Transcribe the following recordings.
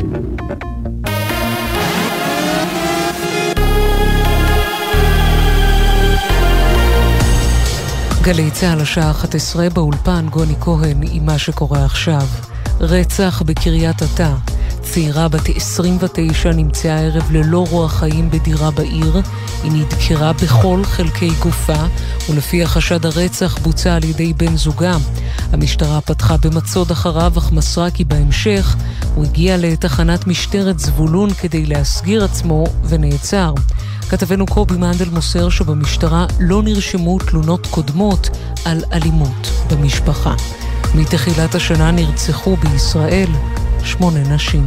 גלי צהל השעה 11 באולפן גוני כהן עם מה שקורה עכשיו. רצח בקריית אתא. צעירה בת 29 נמצאה הערב ללא רוח חיים בדירה בעיר. היא נדקרה בכל חלקי גופה, ולפי החשד הרצח בוצע על ידי בן זוגה. המשטרה פתחה במצוד אחריו, אך מסרה כי בהמשך הוא הגיע לתחנת משטרת זבולון כדי להסגיר עצמו ונעצר. כתבנו קובי מנדל מוסר שבמשטרה לא נרשמו תלונות קודמות על אלימות במשפחה. מתחילת השנה נרצחו בישראל 8 נשים.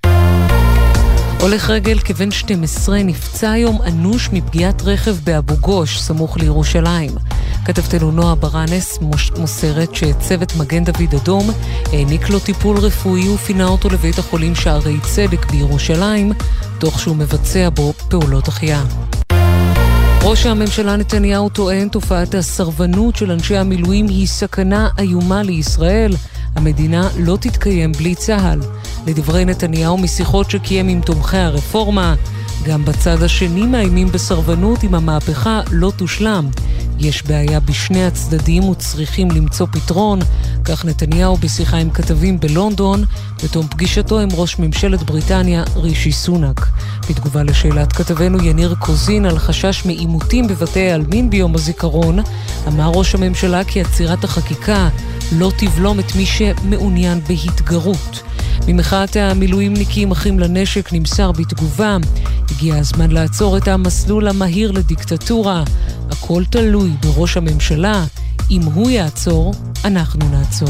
הולך רגל כבן 12 נפצע היום אנוש מפגיעת רכב באבו גוש, סמוך לירושלים. כתבתנו נועה ברנס מוסרת שצוות מגן דוד אדום העניק לו טיפול רפואי ופינה אותו לבית החולים שערי צדק בירושלים, תוך שהוא מבצע בו פעולות החייאה. ראש הממשלה נתניהו טוען תופעת הסרבנות של אנשי המילואים היא סכנה איומה לישראל. המדינה לא תתקיים בלי צה"ל. לדברי נתניהו משיחות שקיים עם תומכי הרפורמה, גם בצד השני מאיימים בסרבנות אם המהפכה לא תושלם. יש בעיה בשני הצדדים וצריכים למצוא פתרון, כך נתניהו בשיחה עם כתבים בלונדון, בתום פגישתו עם ראש ממשלת בריטניה רישי סונק. בתגובה לשאלת כתבנו יניר קוזין על חשש מעימותים בבתי העלמין ביום הזיכרון, אמר ראש הממשלה כי עצירת החקיקה לא תבלום את מי שמעוניין בהתגרות. ממחאת המילואימניקים אחים לנשק נמסר בתגובה, הגיע הזמן לעצור את המסלול המהיר לדיקטטורה. הכל תלוי בראש הממשלה, אם הוא יעצור, אנחנו נעצור.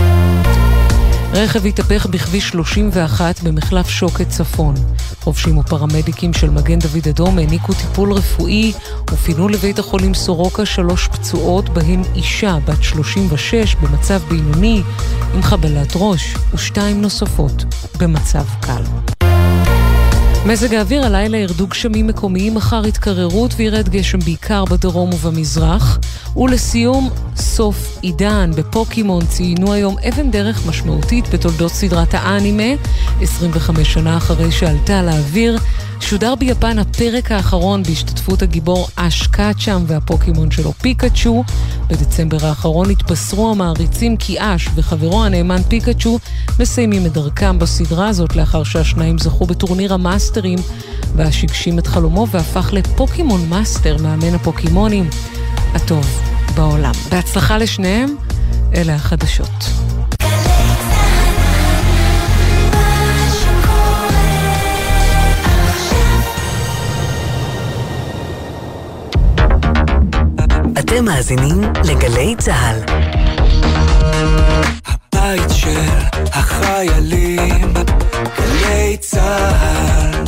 רכב התהפך בכביש 31 במחלף שוקת צפון. חובשים ופרמדיקים של מגן דוד אדום העניקו טיפול רפואי ופינו לבית החולים סורוקה 3 פצועות, בהן אישה בת 36 במצב בינוני עם חבלת ראש ו2 נוספות במצב קל. מזג האוויר, הלילה ירדו גשמים מקומיים, מחר התקררות וירד גשם בעיקר בדרום ובמזרח. ולסיום, סוף עידן. בפוקימון ציינו היום אבן דרך משמעותית בתולדות סדרת האנימה. 25 שנה אחרי שעלתה לאוויר, שודר ביפן הפרק האחרון בהשתתפות הגיבור אש קאצ'אם והפוקימון שלו פיקאצ'ו. בדצמבר האחרון התבשרו המעריצים כי אש וחברו הנאמן פיקאצ'ו מסיימים את דרכם בסדרה הזאת, לאחר שהשניים זכו בטורניר המאסטרים, ואש הגשים את חלומו והפך לפוקימון מאסטר, מאמן הפוקימונים הטוב בעולם. בהצלחה לשניהם, אלה החדשות. אתם מאזינים לגלי צהל. הבית של החיילים, גלי צהל.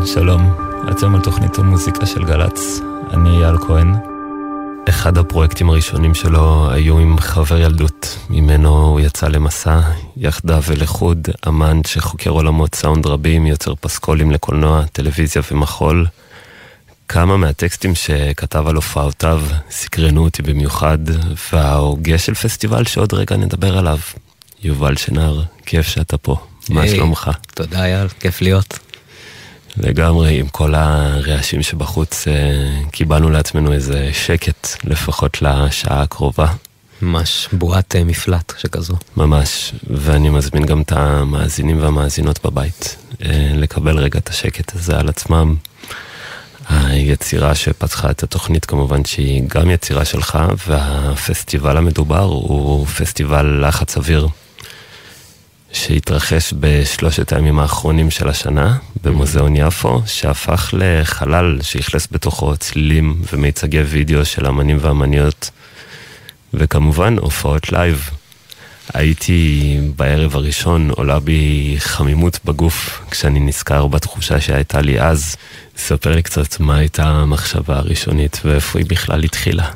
שלום, אתם על תוכנית המוזיקה של גלץ, אני אייל כהן. אחד הפרויקטים הראשונים שלו היו עם חבר ילדות, ממנו הוא יצא למסע, יחדיו ולחוד, אמן שחוקר עולמות סאונד רבים, יוצר פסקולים לקולנוע, טלוויזיה ומחול. כמה מהטקסטים שכתב על הופעותיו סקרנו אותי במיוחד, וההוגה של פסטיבל שעוד רגע נדבר עליו. יובל שנר, כיף שאתה פה, מה שלומך? תודה אייל, כיף להיות. לגמרי, עם כל הרעשים שבחוץ, קיבלנו לעצמנו איזה שקט, לפחות לשעה הקרובה. ממש בועת מפלט שכזו. ממש, ואני מזמין גם את המאזינים והמאזינות בבית, לקבל רגע את השקט הזה על עצמם. היצירה שפתחה את התוכנית כמובן שהיא גם יצירה שלך, והפסטיבל המדובר הוא פסטיבל לחץ אוויר, שהתרחש בשלושת הימים האחרונים של השנה, במוזיאון יפו, שהפך לחלל שהכנס בתוכו צלילים ומיצגי וידאו של אמנים ואמניות, וכמובן הופעות לייב. הייתי בערב הראשון, עולה בי חמימות בגוף, כשאני נזכר בתחושה שהייתה לי אז. ספר לי קצת מה הייתה המחשבה הראשונית, ואיפה היא בכלל התחילה.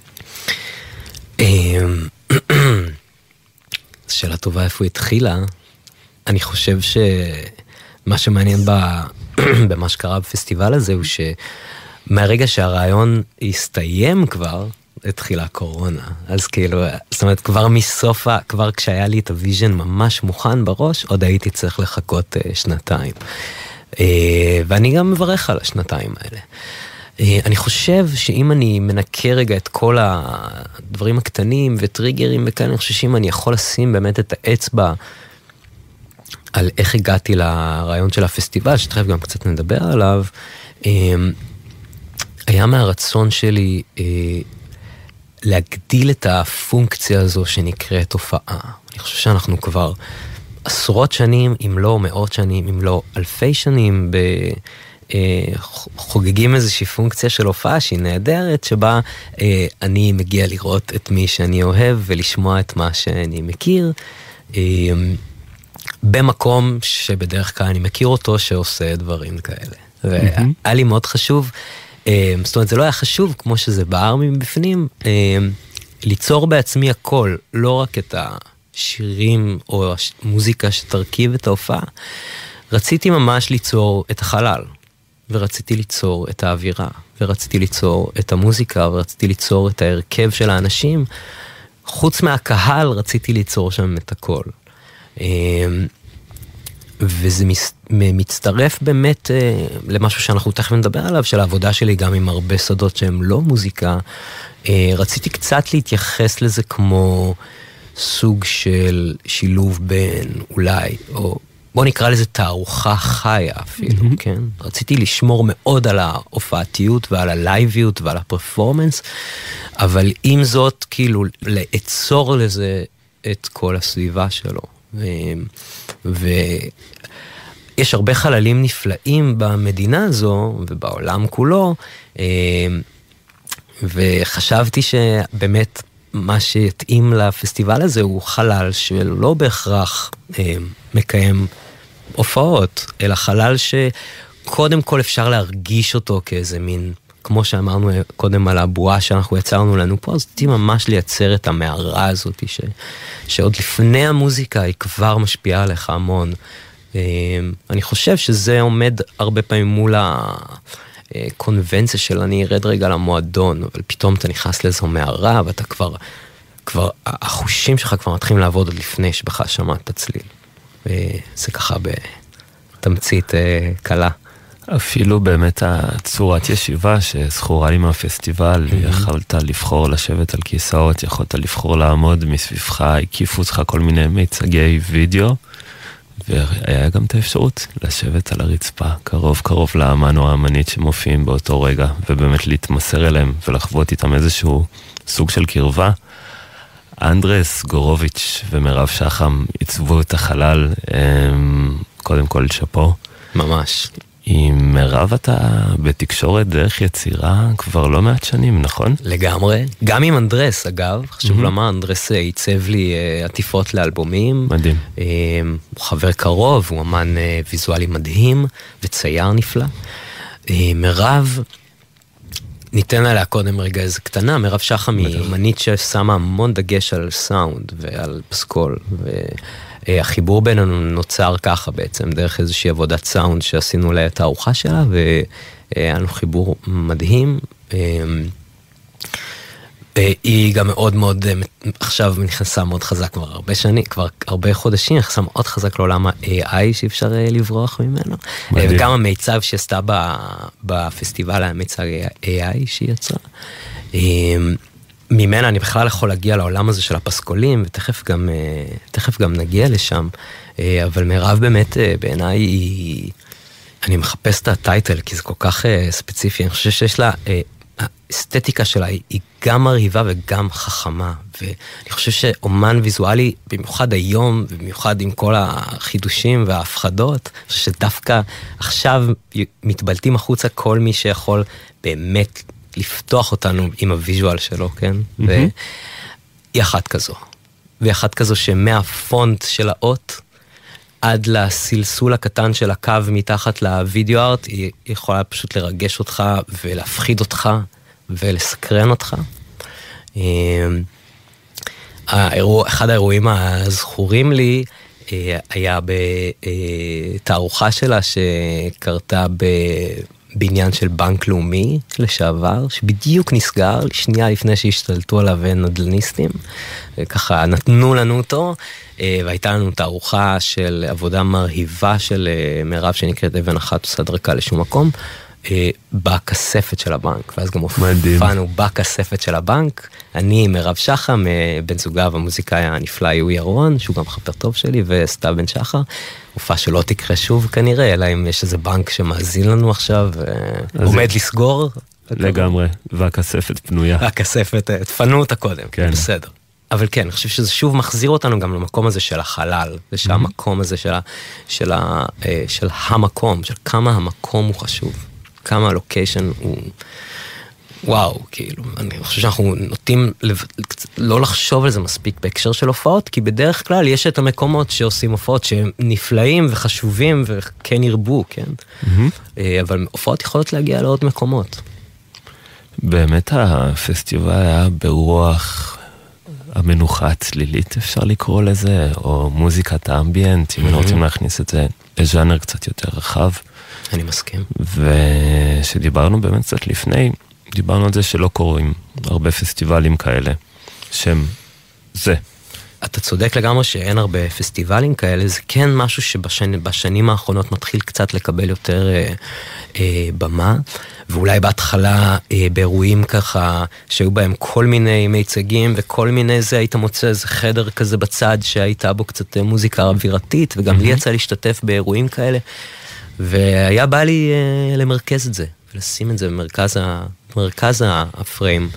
שאלה טובה איפה היא התחילה. אני חושב שמה שמעניין במה שקרה בפסטיבל הזה, הוא שמהרגע שהרעיון הסתיים כבר, התחילה הקורונה. אז כאילו, זאת אומרת, כבר כשהיה לי את הוויז'ן ממש מוכן בראש, עוד הייתי צריך לחכות שנתיים. ואני גם מברך על השנתיים האלה. אני חושב שאם אני מנקה רגע את כל הדברים הקטנים וטריגרים וכאן, אני חושב שאם אני יכול לשים באמת את האצבע על איך הגעתי לרעיון של הפסטיבל, שתכף גם קצת נדבר עליו, היה מהרצון שלי להגדיל את הפונקציה הזו שנקראת הופעה. אני חושב שאנחנו כבר עשרות שנים, אם לא מאות שנים, אם לא אלפי שנים, חוגגים איזושהי פונקציה של הופעה שהיא נהדרת, שבה אני מגיע לראות את מי שאני אוהב ולשמוע את מה שאני מכיר, במקום שבדרך כלל אני מכיר אותו שעושה דברים כאלה. והיה לי מאוד חשוב, זאת אומרת, זה לא היה חשוב כמו שזה בער מבפנים, ליצור בעצמי הכל, לא רק את השירים או המוזיקה שתרכיב את ההופעה. רציתי ממש ליצור את החלל, ורציתי ליצור את האווירה, ורציתי ליצור את המוזיקה, ורציתי ליצור את ההרכב של האנשים. חוץ מהקהל רציתי ליצור שם את הכל. וזה מצטרף באמת למשהו שאנחנו תכף נדבר עליו, של העבודה שלי גם עם הרבה שדות שהם לא מוזיקה. רציתי קצת להתייחס לזה כמו סוג של שילוב בין אולי, או בוא נקרא לזה תערוכה חיה אפילו, כן? רציתי לשמור מאוד על ההופעתיות ועל הלייביות ועל הפרפורמנס, אבל עם זאת כאילו לעצור לזה את כל הסביבה שלו. ויש הרבה חללים נפלאים במדינה הזו ובעולם כולו, וחשבתי שבאמת מה שיתאים לפסטיבל הזה הוא חלל שלא בהכרח מקיים הופעות, אלא חלל שקודם כל אפשר להרגיש אותו כאיזה מין, כמו שאמרנו קודם על הבועה שאנחנו יצרנו לנו פה, אז רציתי ממש לייצר את המערה הזאת שעוד לפני המוזיקה היא כבר משפיעה עליך המון. אני חושב שזה עומד הרבה פעמים מול הקונבנציה של אני ארד רגע למועדון, אבל פתאום אתה נכנס לאיזו מערה ואתה כבר החושים שלך כבר מתחילים לעבוד עוד לפני שבך שמעת צליל. וזה ככה בתמצית קלה. אפילו באמת הצורת ישיבה שזכורה לי מהפסטיבל, יכולת לבחור לשבת על כיסאות, יכולת לבחור לעמוד מסביבך, הקיפו אותך כל מיני מיצגי וידאו, והיה גם את האפשרות לשבת על הרצפה, קרוב לאמן או האמנית שמופיעים באותו רגע, ובאמת להתמסר אליהם ולחוות איתם איזשהו סוג של קרבה. אנדרס גורוביץ' ומרב שחם עיצבו את החלל, קודם כל שפו. ממש. עם מירב אתה בתקשורת דרך יצירה כבר לא מעט שנים, נכון? לגמרי. גם עם אנדרס, אגב. חשוב לומר, אנדרס ייצב לי עטיפות לאלבומים. מדהים. הוא חבר קרוב, הוא אמן ויזואלי מדהים וצייר נפלא. מירב, ניתן עליה קודם רגע איזה קטנה, מירב שחם היא אמנית ששמה המון דגש על סאונד ועל פסקול, והחיבור בינינו נוצר ככה בעצם, דרך איזושהי עבודת סאונד שעשינו לה את הארוחה שלה, והיה לנו חיבור מדהים. היא גם מאוד מאוד, עכשיו נכנסה מאוד חזק כבר הרבה שנים, כבר הרבה חודשים, נכנסה מאוד חזק לעולם ה-AI שאפשר לברוח ממנו. מדהים. וגם המיצב שעשתה בפסטיבל, המיצב AI שהיא יצרה. ממנה אני בכלל יכול להגיע לעולם הזה של הפסקולים, ותכף גם נגיע לשם. אבל מירב באמת בעיניי היא, אני מחפש את הטייטל, כי זה כל כך ספציפי, אני חושב שיש לה, האסתטיקה שלה היא גם מרהיבה וגם חכמה, ואני חושב שאומן ויזואלי, במיוחד היום, ובמיוחד עם כל החידושים וההפחדות, אני חושב שדווקא עכשיו מתבלטים החוצה כל מי שיכול באמת לפתוח אותנו עם הוויזואל שלו, כן? והיא אחת כזו. והיא אחת כזו שמהפונט של האות, עד לסלסול הקטן של הקו מתחת לוידאו ארט, היא יכולה פשוט לרגש אותך ולהפחיד אותך ולסקרן אותך. אחד האירועים הזכורים לי היה בתערוכה שלה שקרתה בבניין של בנק לאומי לשעבר, שבדיוק נסגר שנייה לפני שהשתלטו עליו נדלניסטים, וככה נתנו לנו אותו, והייתה לנו תערוכה של עבודה מרהיבה של מירב שנקראת אבן אחת עושה דרכה לשום מקום, בכספת של הבנק, ואז גם הופענו בכספת של הבנק, אני מירב שחם, בן זוגה והמוזיקאי הנפלא יהוא ירון, שהוא גם חבר טוב שלי, וסתיו בן שחר, הופעה שלא תקרה שוב כנראה, אלא אם יש איזה בנק שמאזין לנו עכשיו, עומד לסגור. לגמרי, והכספת פנויה. הכספת, תפנו אותה קודם, בסדר. אבל כן, אני חושב שזה שוב מחזיר אותנו גם למקום הזה של החלל, ושהמקום הזה של המקום, של כמה המקום הוא חשוב, כמה הלוקיישן הוא, וואו, כאילו, אני חושב שאנחנו נוטים לא לחשוב על זה מספיק בהקשר של הופעות, כי בדרך כלל יש את המקומות שעושים הופעות שהם נפלאים וחשובים וכן ירבו, כן? אבל הופעות יכולות להגיע לעוד מקומות. באמת הפסטיבל היה ברוח המנוחה הצלילית, אפשר לקרוא לזה, או מוזיקת האמביאנט, אם רוצים להכניס את זה לז'אנר קצת יותר רחב. אני מסכים. ושדיברנו באמת קצת לפני, דיברנו על זה שלא קוראים הרבה פסטיבלים כאלה, שהם זה. אתה צודק לגמרי שאין הרבה פסטיבלים כאלה, זה כן משהו שבשנים האחרונות מתחיל קצת לקבל יותר במה, ואולי בהתחלה באירועים ככה, שהיו בהם כל מיני מיצגים, וכל מיני זה, היית מוצא איזה חדר כזה בצד, שהייתה בו קצת מוזיקה אווירתית, וגם לי יצא להשתתף באירועים כאלה, והיה בא לי למרכז את זה, ולשים את זה במרכז הפריים,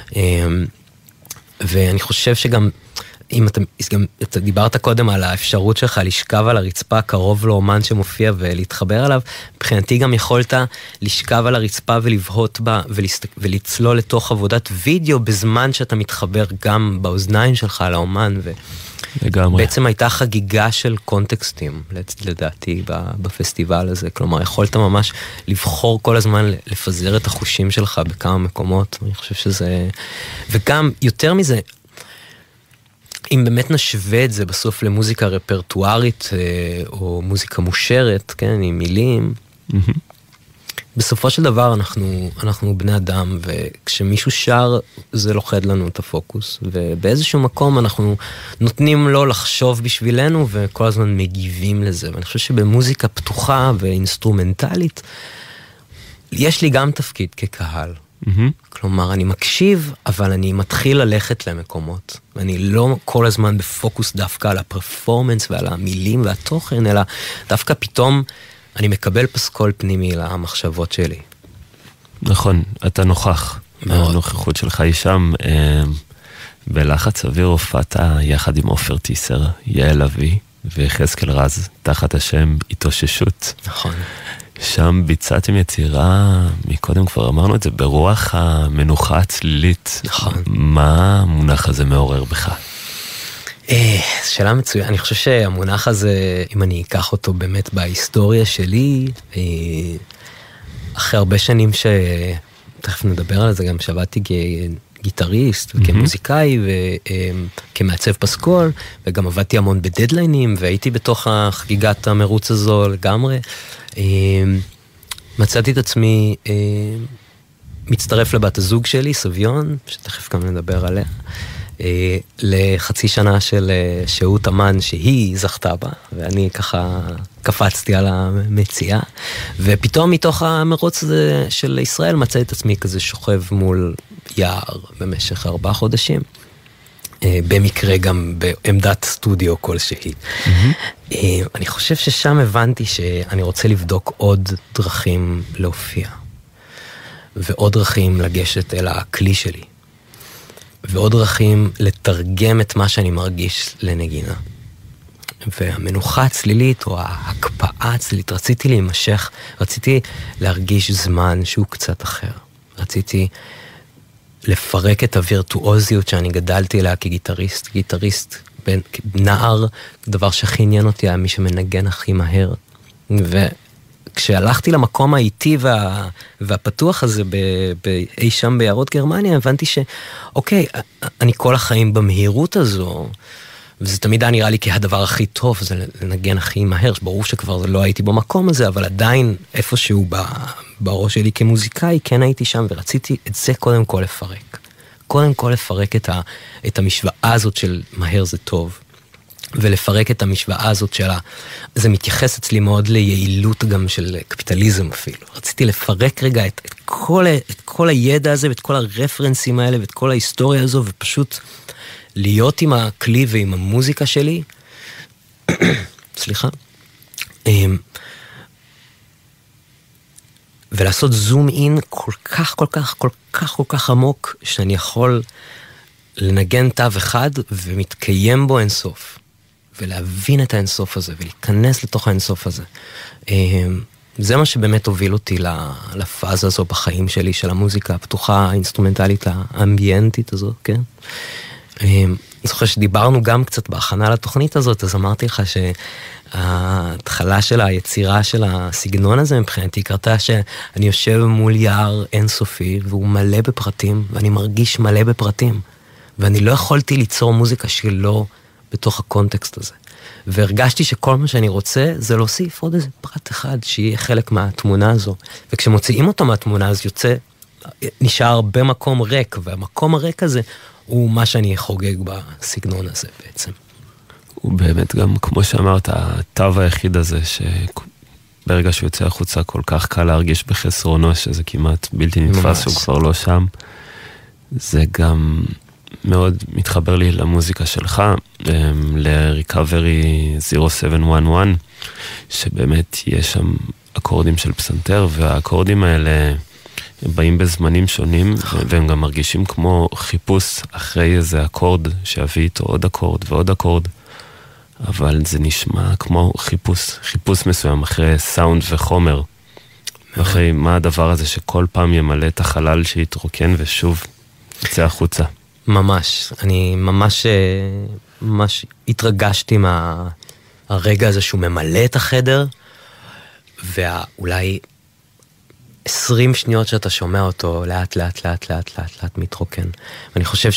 ואני חושב שגם, אם אתה דיברת קודם על האפשרות שלך לשכב על הרצפה קרוב לאומן שמופיע ולהתחבר עליו, מבחינתי גם יכולת לשכב על הרצפה ולבהות בה ולצלול לתוך עבודת וידאו בזמן שאתה מתחבר גם באוזניים שלך לאומן, ובעצם הייתה חגיגה של קונטקסטים לדעתי בפסטיבל הזה, כלומר יכולת ממש לבחור כל הזמן לפזר את החושים שלך בכמה מקומות, אני חושב שזה, וגם יותר מזה, אם באמת נשווה את זה בסוף למוזיקה רפרטוארית או מוזיקה מושרת, כן, עם מילים, בסופו של דבר אנחנו בני אדם, וכשמישהו שר זה לוחד לנו את הפוקוס, ובאיזשהו מקום אנחנו נותנים לו לחשוב בשבילנו, וכל הזמן מגיבים לזה, ואני חושב שבמוזיקה פתוחה ואינסטרומנטלית, יש לי גם תפקיד כקהל. כלומר, אני מקשיב, אבל אני מתחיל ללכת למקומות. ואני לא כל הזמן בפוקוס דווקא על הפרפורמנס ועל המילים והתוכן, אלא דווקא פתאום אני מקבל פסקול פנימי למחשבות שלי. נכון, אתה נוכח. הנוכחות שלך היא שם. בלחץ אוויר הופעת יחד עם עופר טיסר, יעל אבי וחזקאל רז, תחת השם התאוששות. נכון. שם ביצעתם יצירה, מקודם כבר אמרנו את זה, ברוח המנוחה הצלילית. נכון. מה המונח הזה מעורר בך? שאלה מצוינת. אני חושב שהמונח הזה, אם אני אקח אותו באמת בהיסטוריה שלי, אחרי הרבה שנים תכף נדבר על זה, גם שעבדתי כגיטריסט וכמוזיקאי וכמעצב פסקול, וגם עבדתי המון בדדליינים, והייתי בתוך חגיגת המרוץ הזו לגמרי. מצאתי את עצמי מצטרף לבת הזוג שלי, סביון, שתכף גם נדבר עליה, לחצי שנה של שהות אמן שהיא זכתה בה, ואני ככה קפצתי על המציאה, ופתאום מתוך המרוץ הזה של ישראל מצאתי את עצמי כזה שוכב מול יער במשך 4 חודשים, במקרה גם בעמדת סטודיו כלשהי. אני חושב ששם הבנתי שאני רוצה לבדוק עוד דרכים להופיע, ועוד דרכים לגשת אל הכלי שלי, ועוד דרכים לתרגם את מה שאני מרגיש לנגינה. והמנוחה הצלילית, או ההקפאה הצלילית, רציתי להימשך, רציתי להרגיש זמן שהוא קצת אחר. רציתי לפרק את הווירטואוזיות שאני גדלתי אליה כגיטריסט. גיטריסט, נער, דבר שהכי עניין אותי היה מי שמנגן הכי מהר. וכשהלכתי למקום האיטי והפתוח הזה אי שם ביערות גרמניה, הבנתי שאוקיי, אני כל החיים במהירות הזו, וזה תמיד היה נראה לי כהדבר הכי טוב, זה לנגן הכי מהר, ברור שכבר לא הייתי במקום הזה, אבל עדיין איפשהו בראש שלי כמוזיקאי, כן הייתי שם, ורציתי את זה קודם כל לפרק. קודם כל לפרק את המשוואה הזאת של מהר זה טוב, ולפרק את המשוואה הזאת שלה. זה מתייחס אצלי מאוד ליעילות גם של קפיטליזם אפילו. רציתי לפרק רגע את כל הידע הזה, ואת כל הרפרנסים האלה, ואת כל ההיסטוריה הזו, ופשוט להיות עם הכלי ועם המוזיקה שלי, סליחה, ולעשות זום אין כל כך עמוק, שאני יכול לנגן תו אחד, ומתקיים בו אינסוף, ולהבין את האינסוף הזה, ולהיכנס לתוך האינסוף הזה. זה מה שבאמת הוביל אותי לפאזה הזו בחיים שלי, של המוזיקה הפתוחה, האינסטרומנטלית, האמביינטית הזאת, כן? אני זוכר שדיברנו גם קצת בהכנה לתוכנית הזאת, אז אמרתי לך שההתחלה של היצירה של הסגנון הזה מבחינתי קרתה שאני יושב מול יער אינסופי, והוא מלא בפרטים, ואני מרגיש מלא בפרטים, ואני לא יכולתי ליצור מוזיקה שלא בתוך הקונטקסט הזה. והרגשתי שכל מה שאני רוצה זה להוסיף עוד איזה פרט אחד שיהיה חלק מהתמונה הזו. וכשמוציאים אותו מהתמונה אז נשאר הרבה מקום ריק, והמקום הריק הזה הוא מה שאני חוגג בסגנון הזה בעצם. הוא באמת גם, כמו שאמרת, התו היחיד הזה, שברגע שהוא יוצא החוצה כל כך קל להרגיש בחסרונו, שזה כמעט בלתי נתפס, שהוא כבר לא שם. זה גם מאוד מתחבר לי למוזיקה שלך, ל-Recovery 0711, שבאמת יש שם אקורדים של פסנתר, והאקורדים האלה באים בזמנים שונים, והם גם מרגישים כמו חיפוש אחרי איזה אקורד שיביא איתו עוד אקורד ועוד אקורד, אבל זה נשמע כמו חיפוש מסוים אחרי סאונד וחומר, אחרי מה הדבר הזה שכל פעם ימלא את החלל שיתרוקן ושוב יצא החוצה. ממש, אני ממש התרגשתי מהרגע הזה שהוא ממלא את החדר, ואולי 20 שניות שאתה שומע אותו לאט לאט מתרוקן. ואני חושב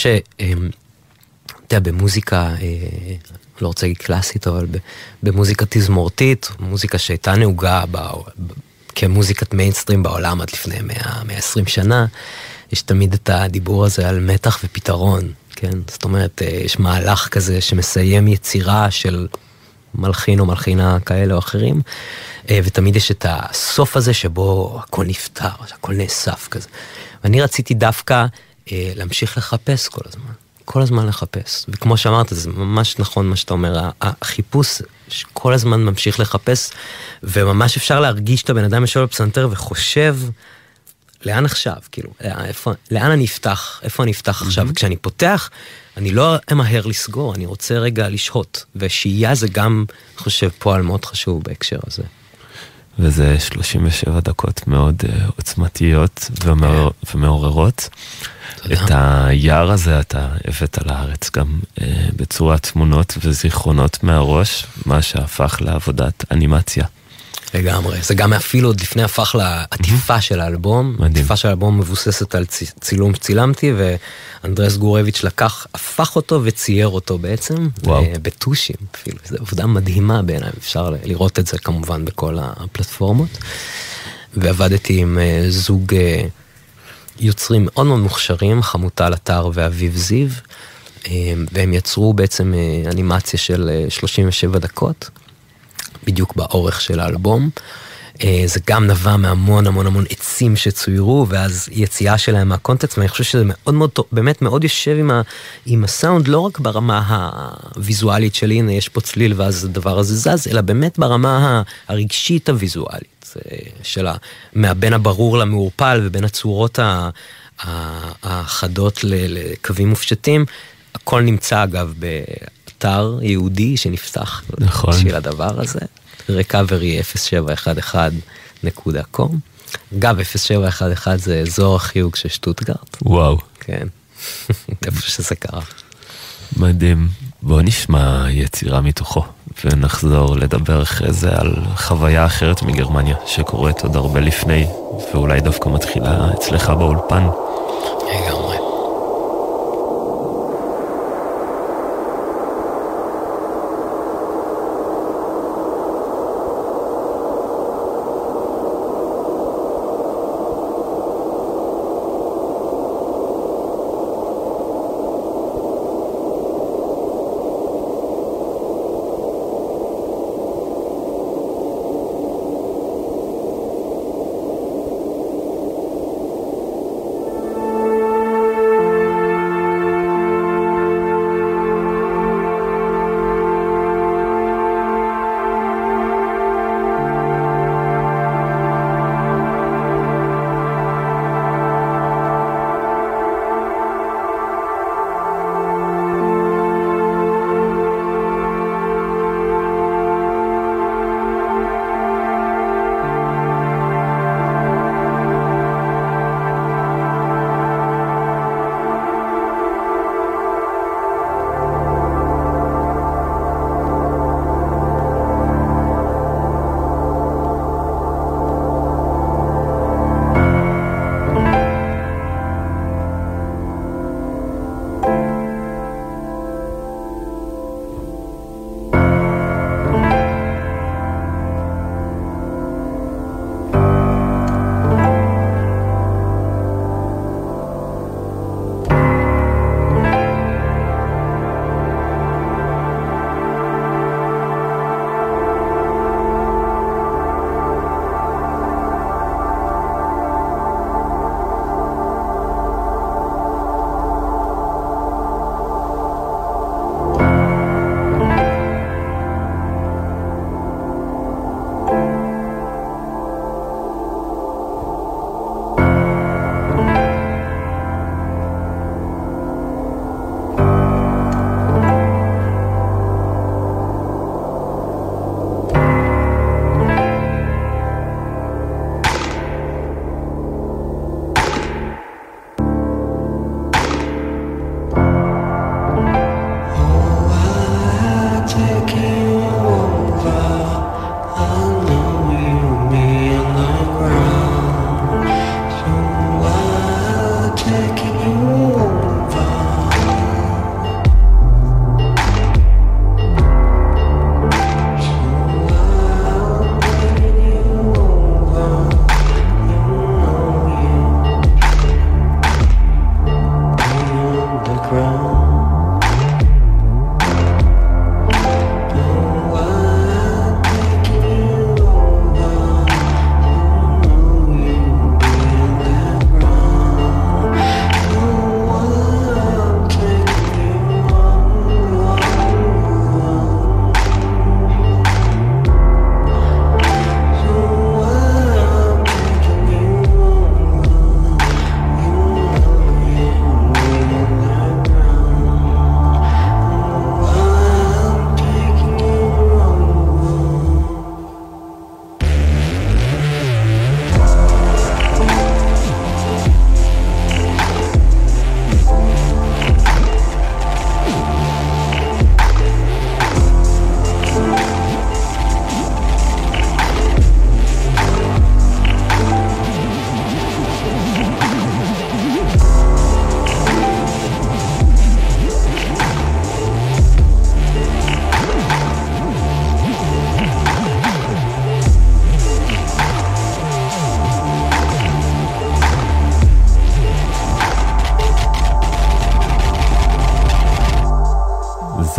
אתה יודע, במוזיקה, לא רוצה להגיד קלאסית, אבל במוזיקה תזמורתית, מוזיקה שהייתה נהוגה כמוזיקת מיינסטרים בעולם עד לפני 120 שנה, יש תמיד את הדיבור הזה על מתח ופתרון, כן? זאת אומרת, יש מהלך כזה שמסיים יצירה של מלחין או מלחינה כאלה או אחרים, ותמיד יש את הסוף הזה שבו הכל נפתר, הכל נאסף כזה. ואני רציתי דווקא להמשיך לחפש כל הזמן לחפש. וכמו שאמרת, זה ממש נכון מה שאתה אומר, החיפוש כל הזמן ממשיך לחפש, וממש אפשר להרגיש את הבן אדם יושב בפסנתר וחושב, לאן עכשיו? כאילו, לאן אני אפתח? איפה אני אפתח עכשיו? וכשאני פותח, אני לא אמהר לסגור, אני רוצה רגע לשהות. ושהייה זה גם, חושב, פועל מאוד חשוב בהקשר הזה. וזה 37 דקות מאוד עוצמתיות ומעוררות. את היער הזה אתה הבאת לארץ גם בצורת תמונות וזיכרונות מהראש, מה שהפך לעבודת אנימציה. לגמרי, זה גם אפילו עוד לפני הפך לעטיפה של האלבום. העטיפה של האלבום מבוססת על צילום שצילמתי, ואנדרס גורביץ' הפך אותו וצייר אותו בעצם, בטושים אפילו. זו עבודה מדהימה בעיניי, אפשר לראות את זה כמובן בכל הפלטפורמות. ועבדתי עם זוג יוצרים מאוד מאוד מוכשרים, חמוטל אתר ואביב זיו, והם יצרו בעצם אנימציה של 37 דקות, בדיוק באורך של האלבום. זה גם נבע מהמון המון המון עצים שצוירו, ואז יציאה שלהם מהקונטקסט, ואני חושב שזה מאוד מאוד טוב, באמת מאוד יושב עם הסאונד, לא רק ברמה הוויזואלית שלי, הנה יש פה צליל ואז הדבר הזה זז, אלא באמת ברמה הרגשית הוויזואלית, בין הברור למעורפל, ובין הצורות החדות לקווים מופשטים, הכל נמצא אגב באתר יהודי שנפתח בשביל הדבר הזה, recovery0711.com. אגב, 0711 זה אזור החיוג של שטוטגרט. וואו. כן, איפה שזה קרה. מדהים. בוא נשמע יצירה מתוכו, ונחזור לדבר אחרי זה על חוויה אחרת מגרמניה, שקורית עוד הרבה לפני, ואולי דווקא מתחילה אצלך באולפן. לגמרי.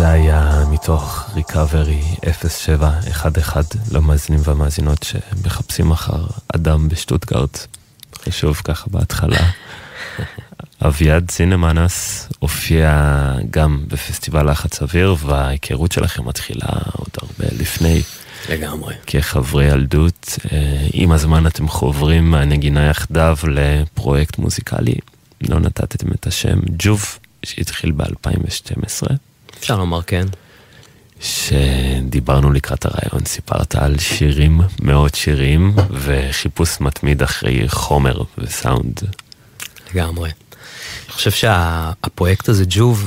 זה היה מתוך ריקאברי 0711 למאזינים והמאזינות שמחפשים אחר אדם בשטוטגרט. חשוב ככה בהתחלה. אביעד צינמנס הופיע גם בפסטיבל לחץ אוויר, וההיכרות שלכם מתחילה עוד הרבה לפני. לגמרי. כחברי ילדות, עם הזמן אתם חוברים מהנגינה יחדיו לפרויקט מוזיקלי, לא נתתם את השם ג'וב, שהתחיל ב-2012. אפשר לומר כן. שדיברנו לקראת הרעיון, סיפרת על שירים, מאות שירים, וחיפוש מתמיד אחרי חומר וסאונד. לגמרי. אני חושב שהפרויקט הזה ג'וב,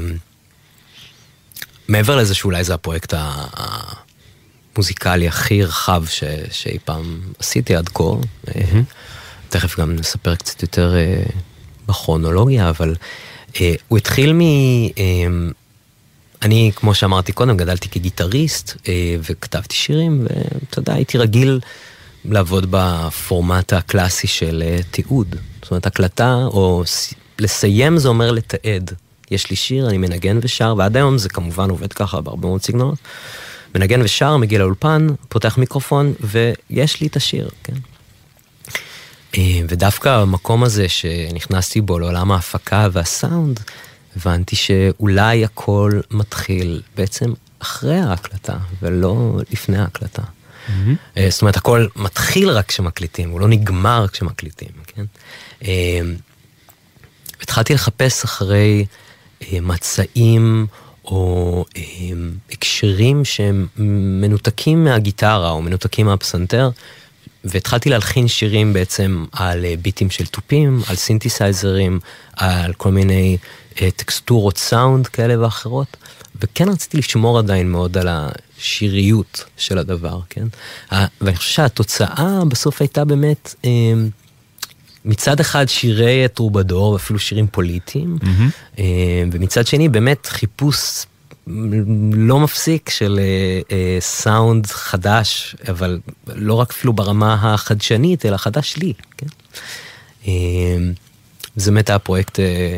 מעבר לזה שאולי זה הפרויקט המוזיקלי הכי רחב שאי פעם עשיתי עד כה, תכף גם נספר קצת יותר בכרונולוגיה, אבל הוא התחיל אני, כמו שאמרתי קודם, גדלתי כגיטריסט, וכתבתי שירים, ואתה יודע, הייתי רגיל לעבוד בפורמט הקלאסי של תיעוד. זאת אומרת, הקלטה, או לסיים זה אומר לתעד. יש לי שיר, אני מנגן ושר, ועד היום זה כמובן עובד ככה בהרבה מאוד סגנונות. מנגן ושר, מגיע לאולפן, פותח מיקרופון, ויש לי את השיר, כן? ודווקא המקום הזה שנכנסתי בו לעולם ההפקה והסאונד, הבנתי שאולי הכל מתחיל בעצם אחרי ההקלטה, ולא לפני ההקלטה. זאת אומרת, הכל מתחיל רק כשמקליטים, הוא לא נגמר כשמקליטים, כן? התחלתי לחפש אחרי מצעים או הקשרים שהם מנותקים מהגיטרה או מנותקים מהפסנתר, והתחלתי להלחין שירים בעצם על ביטים של טופים, על סינתסייזרים, על כל מיני טקסטורות סאונד כאלה ואחרות, וכן רציתי לשמור עדיין מאוד על השיריות של הדבר, כן? ואני חושב שהתוצאה בסוף הייתה באמת, מצד אחד שירי טרובדור, ואפילו שירים פוליטיים, ומצד שני באמת חיפוש לא מפסיק של סאונד חדש, אבל לא רק אפילו ברמה החדשנית, אלא חדש לי, כן? זה באמת הפרויקט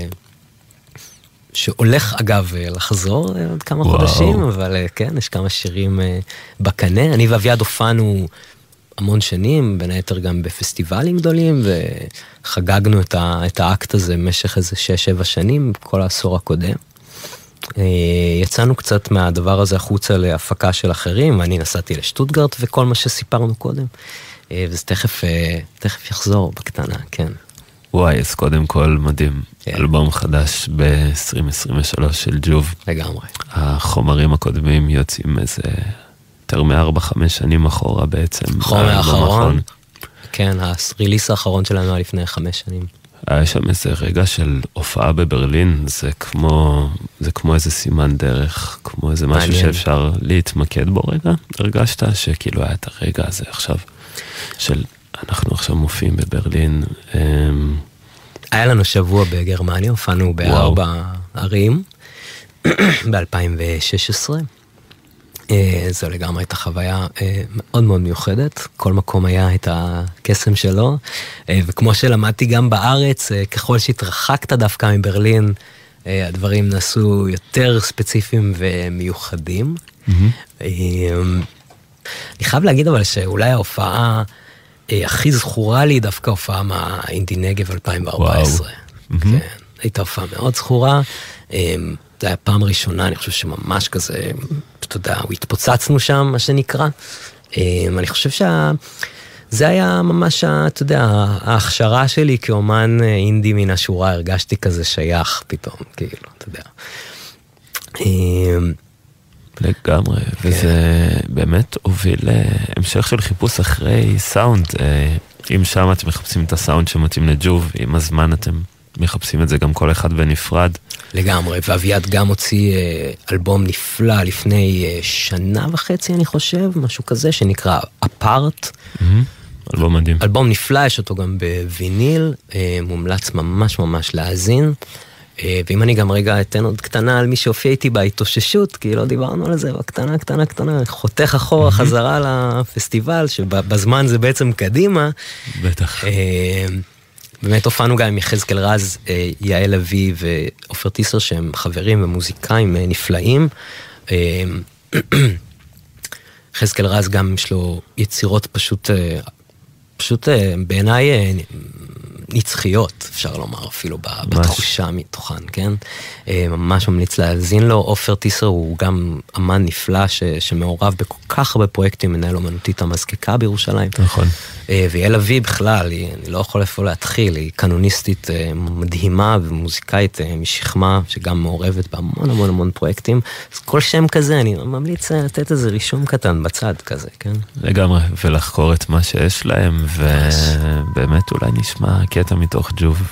שהולך אגב לחזור עוד כמה חודשים, אבל כן, יש כמה שירים בקנה. אני ואביעד הופענו המון שנים, בין היתר גם בפסטיבלים גדולים, וחגגנו את האקט הזה במשך איזה 6-7 שנים, כל העשור הקודם. יצאנו קצת מהדבר הזה החוצה להפקה של אחרים, ואני נסעתי לשטוטגרט וכל מה שסיפרנו קודם, וזה תכף יחזור בקטנה, כן. וואי, אז קודם כל מדהים, אלבום חדש ב-2023 של ג'וב. לגמרי. החומרים הקודמים יוצאים איזה יותר מ-4-5 שנים אחורה בעצם. חומר האחרון, כן, הריליס האחרון שלנו היה לפני 5 שנים. היה שם איזה רגע של הופעה בברלין, זה כמו איזה סימן דרך, כמו איזה משהו שאפשר להתמקד בו רגע. הרגשת שכאילו היה את הרגע הזה עכשיו, של אנחנו עכשיו מופיעים בברלין. היה לנו שבוע בגרמניה, הופענו ב4 ערים, ב-2016. זו לגמרי הייתה חוויה מאוד מאוד מיוחדת, כל מקום היה את הקסם שלו, וכמו שלמדתי גם בארץ, ככל שהתרחקת דווקא מברלין, הדברים נעשו יותר ספציפיים ומיוחדים. אני חייב להגיד אבל שאולי ההופעה הכי זכורה לי, דווקא הופעה מהאינדי נגב 2014. כן, הייתה הופעה מאוד זכורה, זה היה פעם ראשונה, אני חושב שממש כזה, אתה יודע, התפוצצנו שם, מה שנקרא. אני חושב שזה היה ממש, אתה יודע, ההכשרה שלי כאומן אינדי מן השורה, הרגשתי כזה שייך פתאום, כאילו, אתה יודע. לגמרי, וזה באמת הוביל להמשך של חיפוש אחרי סאונד. אם שם אתם מחפשים את הסאונד שמתאים לג'וב, עם הזמן אתם מחפשים את זה גם כל אחד בנפרד. לגמרי, ואביעד גם הוציא אלבום נפלא לפני 1.5 שנה, אני חושב, משהו כזה, שנקרא אפארט. אלבום מדהים. אלבום נפלא, יש אותו גם בוויניל, מומלץ ממש ממש להאזין. ואם אני גם רגע אתן עוד קטנה על מי שהופיע איתי בהתאוששות, כי לא דיברנו על זה, קטנה, חותך אחורה חזרה לפסטיבל, שבזמן זה בעצם קדימה. בטח. באמת הופענו גם עם יחזקאל רז, יעל לוי ואופר טיסר, שהם חברים ומוזיקאים נפלאים. יחזקאל רז גם יש לו יצירות פשוט בעיניי נצחיות, אפשר לומר, אפילו בתחושה מתוכן, כן? ממש ממליץ להאזין לו. אופר טיסר הוא גם אמן נפלא שמעורב בכל כך הרבה פרויקטים, מנהל אומנותית המזקקה בירושלים. נכון. ויעל לוי בכלל, אני לא יכול איפה להתחיל, היא קנוניסטית מדהימה ומוזיקאית משכמה, שגם מעורבת בהמון המון המון פרויקטים. אז כל שם כזה, אני ממליץ לתת איזה רישום קטן בצד כזה, כן? לגמרי, ולחקור את מה שיש להם, ובאמת אולי נשמע קטע מתוך ג'וב.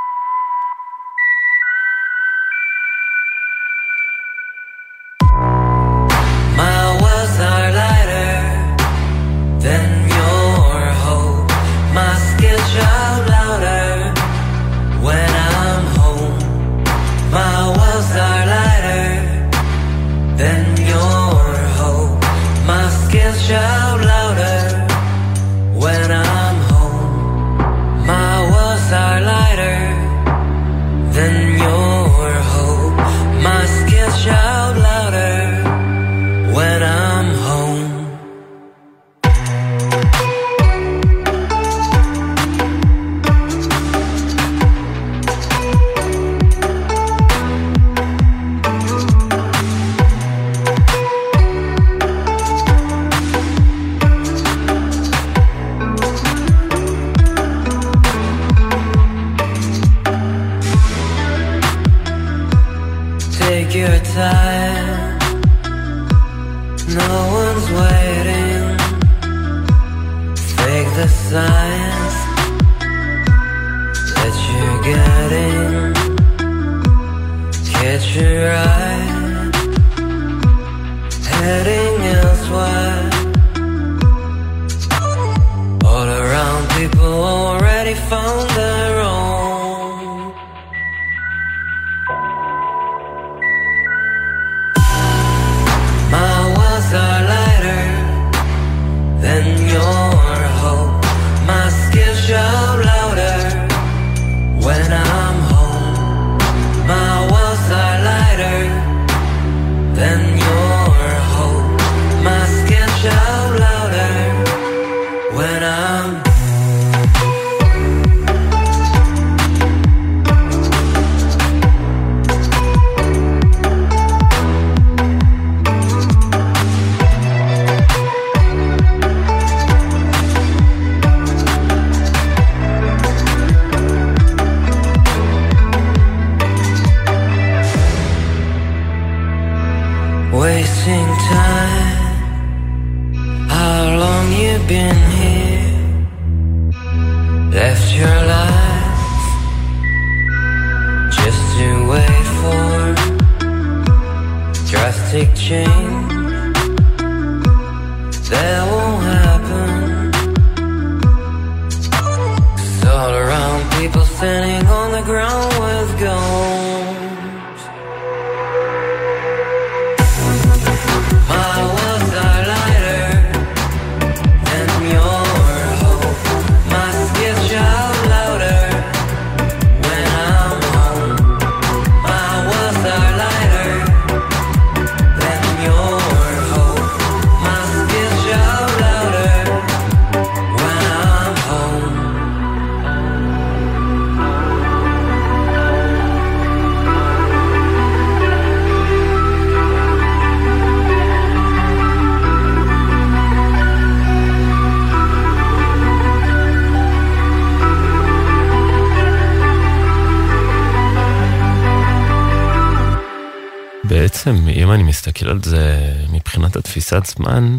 בעצם, אם אני מסתכל על זה מבחינת התפיסת זמן,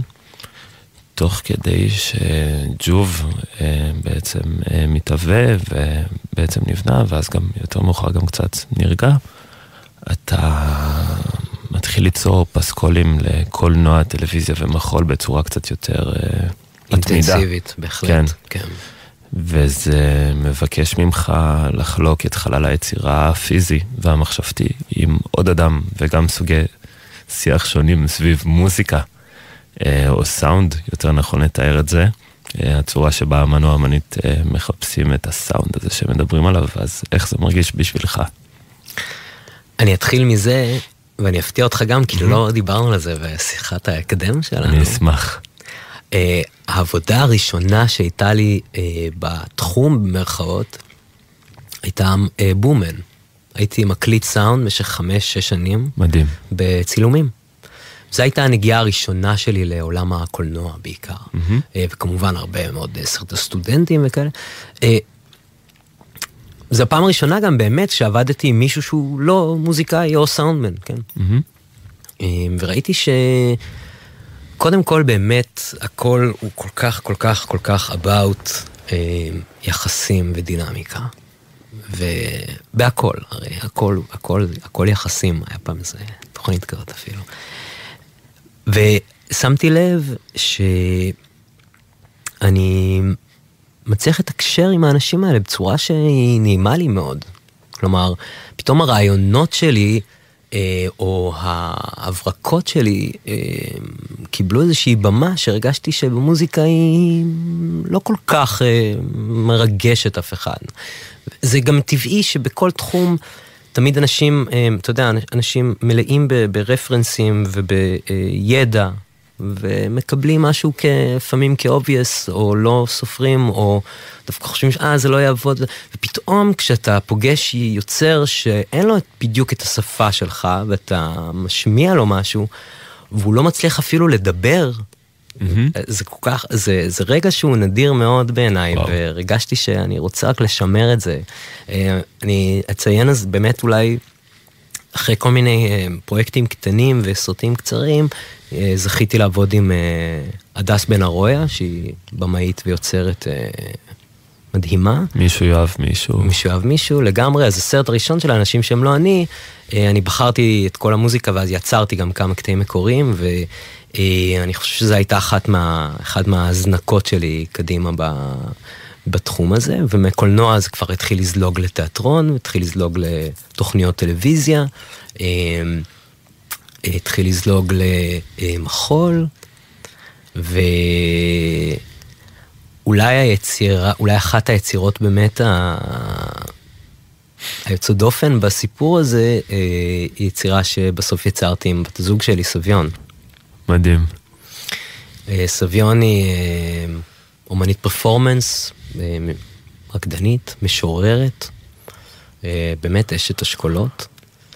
תוך כדי שג'וב בעצם מתהווה ובעצם נבנה, ואז גם יותר מאוחר גם קצת נרגע, אתה מתחיל ליצור פסקולים לקולנוע, טלוויזיה ומחול בצורה קצת יותר אינטנסיבית, בהחלט. כן. כן. וזה מבקש ממך לחלוק את חלל היצירה הפיזי והמחשבתי עם עוד אדם, וגם סוגי שיח שונים סביב מוזיקה, או סאונד, יותר נכון לתאר את זה. הצורה שבה האמן או האמנית מחפשים את הסאונד הזה שמדברים עליו, אז איך זה מרגיש בשבילך? אני אתחיל מזה, ואני אפתיע אותך גם, כי לא דיברנו על זה בשיחת ההקדם שלנו. אני אשמח. העבודה הראשונה שהייתה לי בתחום במרכאות, הייתה בומן. הייתי מקליט סאונד במשך 5-6 שנים. מדהים. בצילומים. זו הייתה הנגיעה הראשונה שלי לעולם הקולנוע בעיקר. וכמובן הרבה מאוד סטודנטים וכאלה. זו הפעם הראשונה גם באמת שעבדתי עם מישהו שהוא לא מוזיקאי או סאונדמן, כן? וראיתי שקודם כל באמת הכל הוא כל כך, כל כך, כל כך about יחסים ודינמיקה. ובהכל, הרי הכל יחסים, היה פעם איזה תוכנית כזאת אפילו. ושמתי לב שאני מצליח לתקשר עם האנשים האלה בצורה שהיא נעימה לי מאוד. כלומר, פתאום הרעיונות שלי, או ההברקות שלי, קיבלו איזושהי במה שהרגשתי שבמוזיקה היא לא כל כך מרגשת אף אחד. זה גם טבעי שבכל תחום, תמיד אנשים, אתה יודע, אנשים מלאים ברפרנסים ובידע, ומקבלים משהו לפעמים כאובייס, או לא סופרים, או דווקא חושבים זה לא יעבוד, ופתאום כשאתה פוגש יוצר שאין לו בדיוק את השפה שלך, ואתה משמיע לו משהו, והוא לא מצליח אפילו לדבר, זה כל כך, זה רגע שהוא נדיר מאוד בעיניי, ורגשתי שאני רוצה רק לשמר את זה. אני אציין אז באמת אולי, אחרי כל מיני פרויקטים קטנים וסרטים קצרים, זכיתי לעבוד עם הדס בן ארויה, שהיא במאית ויוצרת מדהימה. מישהו יאהב מישהו. מישהו יאהב מישהו, לגמרי. אז הסרט הראשון של האנשים שהם לא אני בחרתי את כל המוזיקה, ואז יצרתי גם כמה קטעים מקוריים, ואני חושב שזו הייתה אחת מההזנקות שלי קדימה בתחום הזה, ומקולנוע זה כבר התחיל לזלוג לתיאטרון, התחיל לזלוג לתוכניות טלוויזיה, התחיל לזלוג למחול, ואולי אחת היצירות באמת היוצאות דופן בסיפור הזה, היא יצירה שבסוף יצרתי עם בת הזוג שלי, סביון. מדהים. סביון היא אומנית פרפורמנס, רקדנית, משוררת, באמת אשת אשכולות.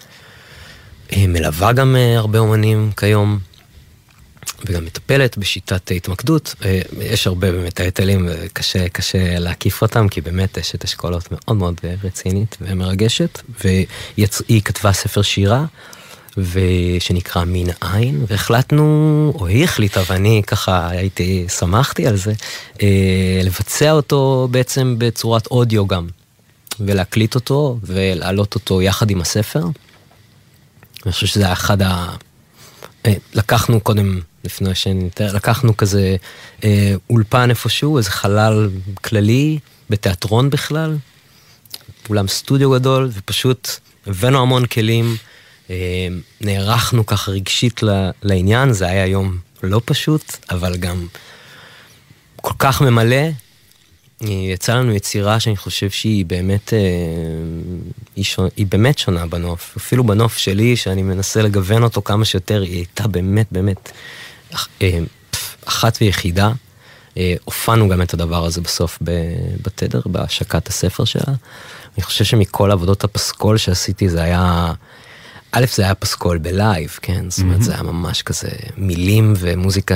מלווה גם הרבה אומנים כיום, וגם מטפלת בשיטת התמקדות. יש הרבה באמת היטלים, וקשה להקיף אותם, כי באמת אשת אשכולות מאוד מאוד רצינית ומרגשת, והיא כתבה ספר שירה, שנקרא מין עין, והחלטנו, או היא החליטה, ואני ככה שמחתי על זה, לבצע אותו בעצם בצורת אודיו גם, ולהקליט אותו, ולהעלות אותו יחד עם הספר. אני חושב שזה היה אחד לקחנו קודם, לפני שנתאר, לקחנו כזה אולפן איפשהו, איזה חלל כללי, בתיאטרון בכלל, אולם סטודיו גדול, ופשוט הבאנו המון כלים, נערכנו ככה רגשית לעניין, זה היה יום לא פשוט, אבל גם כל כך ממלא. יצא לנו יצירה שאני חושב שהיא באמת, היא באמת שונה בנוף, אפילו בנוף שלי, שאני מנסה לגוון אותו כמה שיותר, היא הייתה באמת, באמת אחת ויחידה. הופענו גם את הדבר הזה בסוף בתדר, בהשקת הספר שלה. אני חושב שמכל עבודות הפסקול שעשיתי זה היה, זה היה פסקול בלייב, כן? זאת אומרת, זה היה ממש כזה מילים ומוזיקה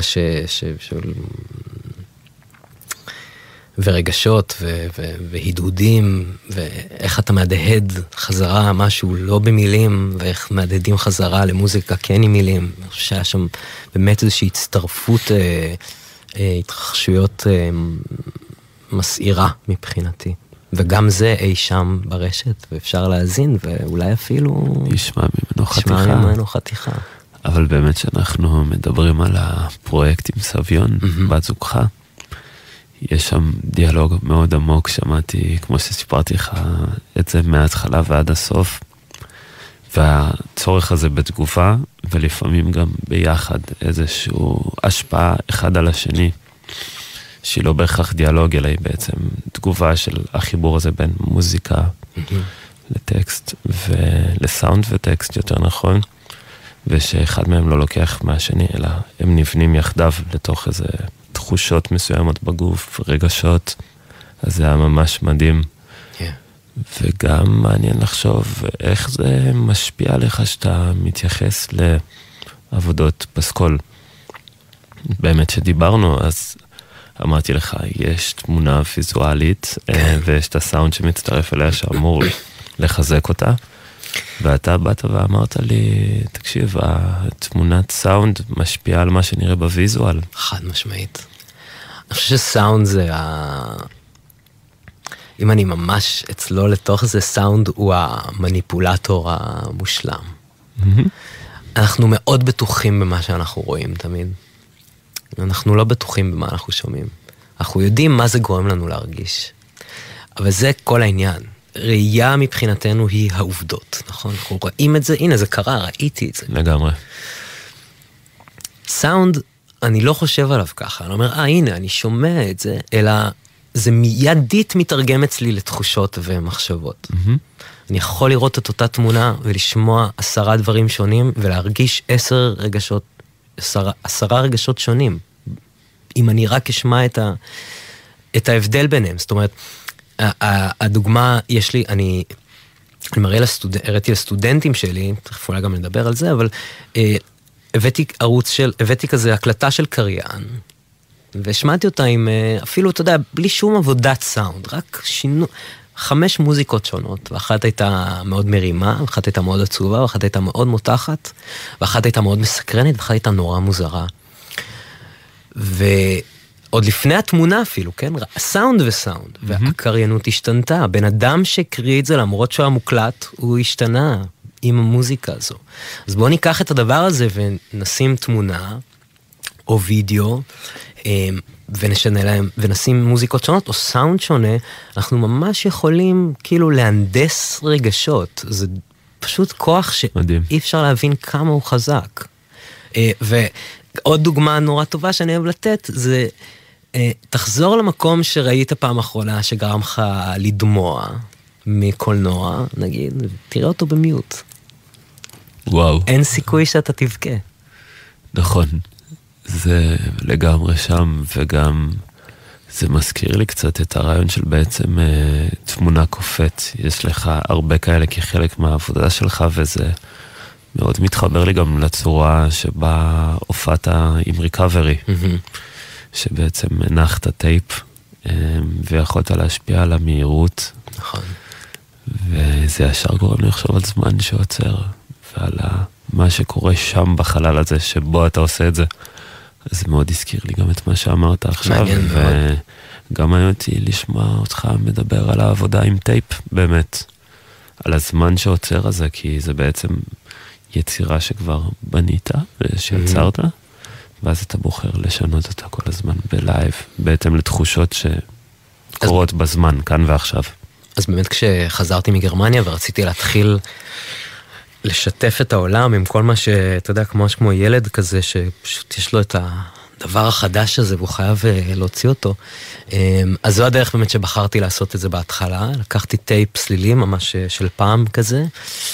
ורגשות והדהודים, ואיך אתה מהדהד חזרה משהו לא במילים, ואיך מהדהדים חזרה למוזיקה כן עם מילים. אני חושב שהיה שם באמת איזושהי הצטרפות, התרחשויות מסעירה מבחינתי. וגם זה אי שם ברשת, ואפשר להזין, ואולי אפילו ישמע ממנו חתיכה. אבל באמת שאנחנו מדברים על הפרויקט עם סביון, בת זוגך, יש שם דיאלוג מאוד עמוק, שמעתי, כמו שסיפרתי לך, את זה מההתחלה ועד הסוף, והצורך הזה בתגובה, ולפעמים גם ביחד איזשהו השפעה אחד על השני, שהיא לא בהכרח דיאלוג, אלא היא בעצם תגובה של החיבור הזה בין מוזיקה לטקסט, ולסאונד וטקסט יותר נכון, ושאחד מהם לא לוקח מהשני, אלא הם נבנים יחדיו לתוך איזה תחושות מסוימות בגוף, רגשות, אז זה היה ממש מדהים. וגם מעניין לחשוב איך זה משפיע עליך שאתה מתייחס לעבודות פסקול. באמת שדיברנו, אז אמרתי לך, יש תמונה ויזואלית, ויש את הסאונד שמצטרף אליה שאמור לחזק אותה, ואתה באת ואמרת לי, תקשיב, התמונת סאונד משפיעה על מה שנראה בוויזואל. חד משמעית. אני חושב שסאונד זה אם אני ממש אצלו לתוך זה, סאונד הוא המניפולטור המושלם. אנחנו מאוד בטוחים במה שאנחנו רואים תמיד. אנחנו לא בטוחים במה אנחנו שומעים. אנחנו יודעים מה זה גורם לנו להרגיש. אבל זה כל העניין. ראייה מבחינתנו היא העובדות, נכון? אנחנו רואים את זה, הנה זה קרה, ראיתי את זה. לגמרי. סאונד, אני לא חושב עליו ככה. אני אומר, הנה, אני שומע את זה, אלא זה מיידית מתרגם אצלי לתחושות ומחשבות. אני יכול לראות את אותה תמונה ולשמוע 10 דברים שונים, ולהרגיש 10 רגשות שונים. אם אני רק אשמע את ההבדל ביניהם. זאת אומרת, הדוגמה יש לי, אני הראיתי לסטודנטים שלי, תכף אולי גם נדבר על זה, אבל הבאתי כזה הקלטה של קריין, והשמעתי אותה עם, אפילו, אתה יודע, בלי שום עבודת סאונד, רק 5 מוזיקות שונות, ואחת הייתה מאוד מרימה, ואחת הייתה מאוד עצובה, ואחת הייתה מאוד מותחת, ואחת הייתה מאוד מסקרנת, ואחת הייתה נורא מוזרה. ועוד לפני התמונה אפילו, כן? סאונד וסאונד, והקריינות השתנתה. הבן אדם שקריא את זה, למרות שהוא המוקלט, הוא השתנה עם המוזיקה הזו. אז בואו ניקח את הדבר הזה ונשים תמונה, או וידאו, ונשנה להם, ונשים מוזיקות שונות, או סאונד שונה, אנחנו ממש יכולים כאילו להנדס רגשות. זה פשוט כוח שאי אפשר להבין כמה הוא חזק. ועוד דוגמה נורא טובה שאני אוהב לתת, זה תחזור למקום שראית פעם אחרונה, שגרם לך לדמוע מקולנוע, נגיד, תראה אותו במיוט. וואו. אין סיכוי שאתה תבכה. נכון. זה לגמרי שם, וגם זה מזכיר לי קצת את הרעיון של בעצם תמונה קופאת. יש לך הרבה כאלה כחלק מהעבודה שלך, וזה מאוד מתחבר לי גם לצורה שבה הופעת עם ריקאברי, שבעצם הנחת טייפ, ויכולת להשפיע על המהירות. נכון. וזה ישר גורם לי לחשוב על זמן שעוצר, ועל מה שקורה שם בחלל הזה, שבו אתה עושה את זה. זה מאוד הזכיר לי גם את מה שאמרת עכשיו, וגם הייתי לשמוע אותך מדבר על העבודה עם טייפ, באמת, על הזמן שעוצר הזה, כי זה בעצם יצירה שכבר בנית, שיצרת, ואז אתה בוחר לשנות אותה כל הזמן בלייב, בהתאם לתחושות שקורות בזמן, כאן ועכשיו. אז באמת כשחזרתי מגרמניה ורציתי להתחיל לשתף את העולם עם כל מה שאתה יודע, כמו ילד כזה, שפשוט יש לו את הדבר החדש הזה, והוא חייב להוציא אותו. אז זו הדרך באמת שבחרתי לעשות את זה בהתחלה. לקחתי טייפ סלילים, ממש של פעם כזה,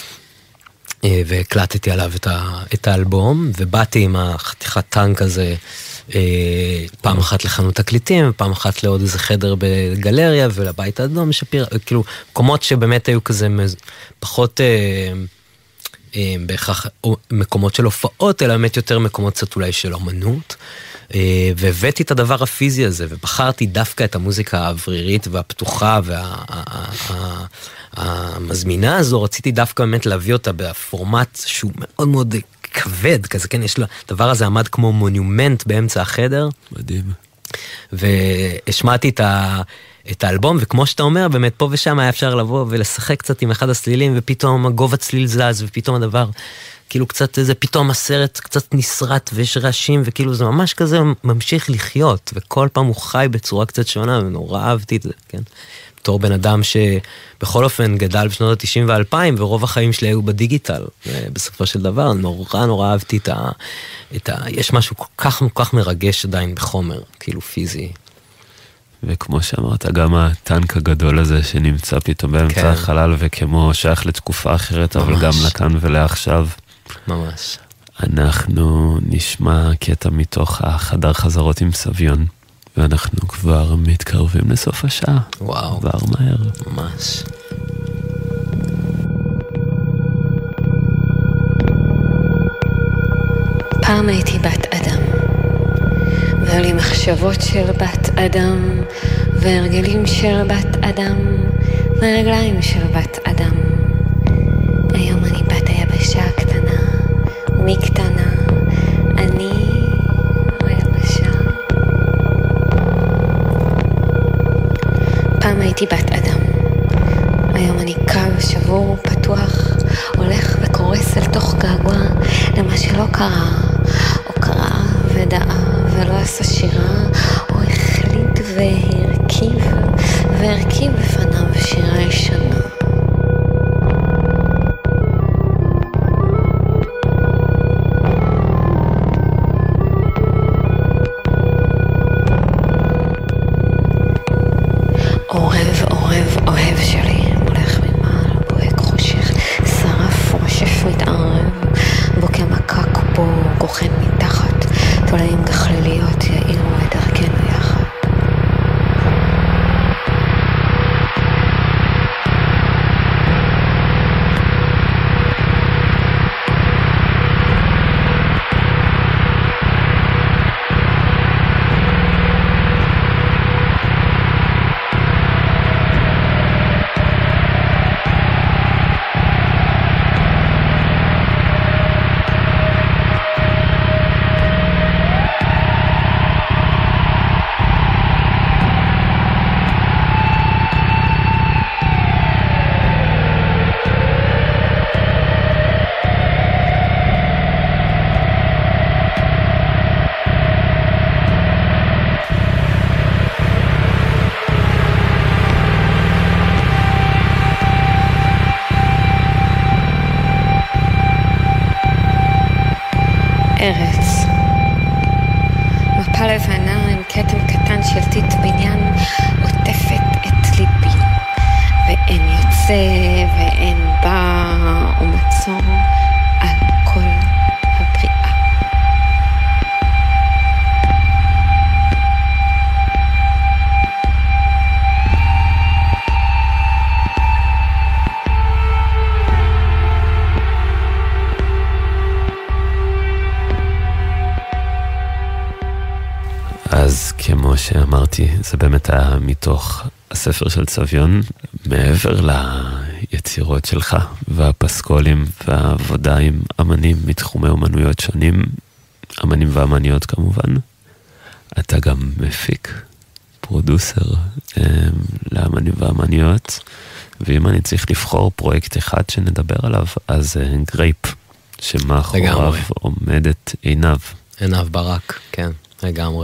והקלטתי עליו את האלבום, ובאתי עם החתיכת טנק הזה, פעם אחת לחנות תקליטים, ופעם אחת לעוד איזה חדר בגלריה, ולבית האדום שפיר, כאילו, מקומות שבאמת היו כזה פחות בהכרח מקומות של הופעות, אלא באמת יותר מקומות קצת אולי של אומנות, והבאתי את הדבר הפיזי הזה, ובחרתי דווקא את המוזיקה האוורירית והפתוחה והמזמינה הזו, רציתי דווקא באמת להביא אותה בפורמט שהוא מאוד מאוד כבד, כזה כן, יש לו, הדבר הזה עמד כמו מונומנט באמצע החדר. מדהים. והשמעתי את האלבום, וכמו שאתה אומר, באמת פה ושם היה אפשר לבוא ולשחק קצת עם אחד הסלילים, ופתאום הגובה צליל זז, ופתאום הדבר, כאילו קצת איזה, פתאום הסרט קצת נסרט, ויש רעשים, וכאילו זה ממש כזה ממשיך לחיות, וכל פעם הוא חי בצורה קצת שונה, ונורא אהבתי את זה, כן? בתור בן אדם שבכל אופן גדל בשנות ה-90 וה-2000, ורוב החיים שלי היו בדיגיטל, בסופו של דבר, נורא אהבתי יש משהו כל כך מרגש עדיין בחומר, כאילו פיזי. וכמו שאמרת, גם הטנק הגדול הזה שנמצא פתאום באמצע החלל, וכמו שייך לתקופה אחרת, אבל גם לכאן ולעכשיו. ממש. אנחנו נשמע קטע מתוך החדר חזרות עם סביון, ואנחנו כבר מתקרבים לסוף השעה. וואו. כבר מהר. ממש. פעם הייתי בת אדם, והיו לי מחשבות של בת אדם, והרגלים של בת אדם, ורגליים של בת אדם. היום אני בת היבשה הקטנה, ומקטנה אני היבשה. פעם הייתי בת אדם, היום אני קו שבור פתוח, הולך וקורס אל תוך געגוע למה שלא קרה, או קרה ודעה ולא עשה שירה, או החליט והרכיב בפניו שירה ישנה. אוהב שלי, הולך ממעל, בוהק חושך, שרף רושף מתערב, בוקע מקק בו, גוחן מתחת, תולעים גחליליות יאירו את דרכנו יחד. ארץ. מפה לבנה עם כתם קטן של טיט בניין עוטפת את ליבי, ואין יוצא ואין בא ומצור על כל הבריאה. אז כמו שאמרתי, זה באמת היה מתוך הספר של סביון, מעבר ליצירות שלך והפסקולים והעבודה עם אמנים מתחומי אומנויות שונים, אמנים ואמניות כמובן. אתה גם מפיק, פרודוסר לאמנים ואמניות, ואם אני צריך לבחור פרויקט אחד שנדבר עליו, אז גרייפ, שמאחוריו עומדת עינב ברק, כן. לגמרי.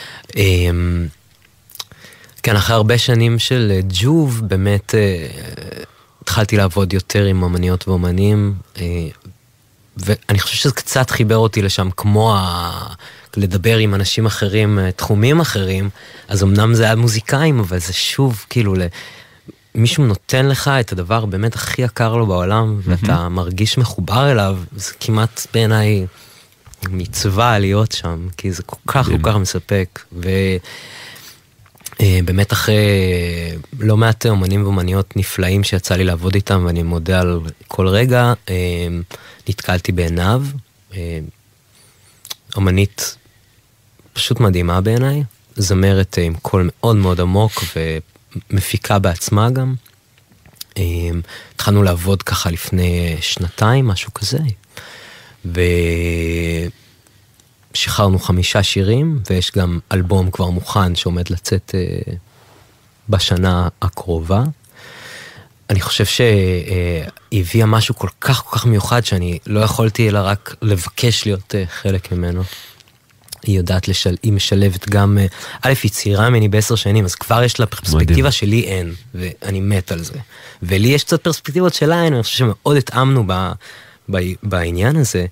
כן, אחרי הרבה שנים של ג'וב, באמת התחלתי לעבוד יותר עם אמניות ואמנים, ואני חושב שזה קצת חיבר אותי לשם, כמו לדבר עם אנשים אחרים, תחומים אחרים, אז אמנם זה היה מוזיקאים, אבל זה שוב, כאילו, מישהו נותן לך את הדבר באמת הכי יקר לו בעולם, ואתה מרגיש מחובר אליו, זה כמעט בעיניי מצווה להיות שם, כי זה כל כך מספק, ובאמת אחרי לא מעט אומנים ואומניות נפלאים שיצא לי לעבוד איתם, ואני מודה על כל רגע, נתקלתי בעיניו, אומנית פשוט מדהימה בעיניי, זמרת עם קול מאוד מאוד עמוק, ומפיקה בעצמה גם. התחלנו לעבוד ככה לפני שנתיים, משהו כזה, ושחררנו 5 שירים, ויש גם אלבום כבר מוכן שעומד לצאת בשנה הקרובה. אני חושב שהביאה משהו כל כך מיוחד, שאני לא יכולתי אלא רק לבקש להיות חלק ממנו. היא יודעת, היא משלבת גם, א', היא צעירה ממני ב10 שנים, אז כבר יש לה פרספקטיבה שלי אין, ואני מת על זה. ולי יש קצת פרספקטיבות שלה אין, ואני חושב שמאוד התאמנו בעניין הזה,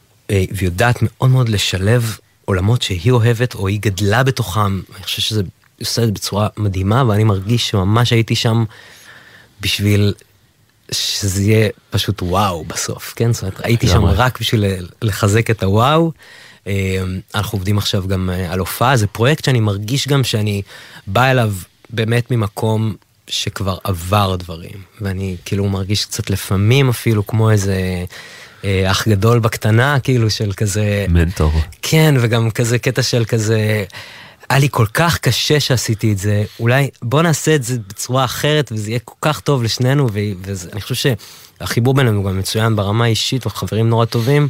והיא יודעת מאוד מאוד לשלב עולמות שהיא אוהבת, או היא גדלה בתוכם. אני חושב שזה עושה את זה בצורה מדהימה, ואני מרגיש שממש הייתי שם בשביל שזה יהיה פשוט וואו בסוף, כן? זאת אומרת, הייתי שם רק בשביל לחזק את הוואו. אנחנו עובדים עכשיו גם על הופעה, זה פרויקט שאני מרגיש גם שאני בא אליו באמת ממקום שכבר עבר דברים, ואני כאילו מרגיש קצת לפעמים אפילו כמו איזה אח גדול בקטנה, כאילו של כזה... מנטור. כן, וגם כזה קטע של כזה... היה לי כל כך קשה שעשיתי את זה, אולי בוא נעשה את זה בצורה אחרת, וזה יהיה כל כך טוב לשנינו, ואני חושב שהחיבור בינינו גם מצוין ברמה האישית, וחברים נורא טובים,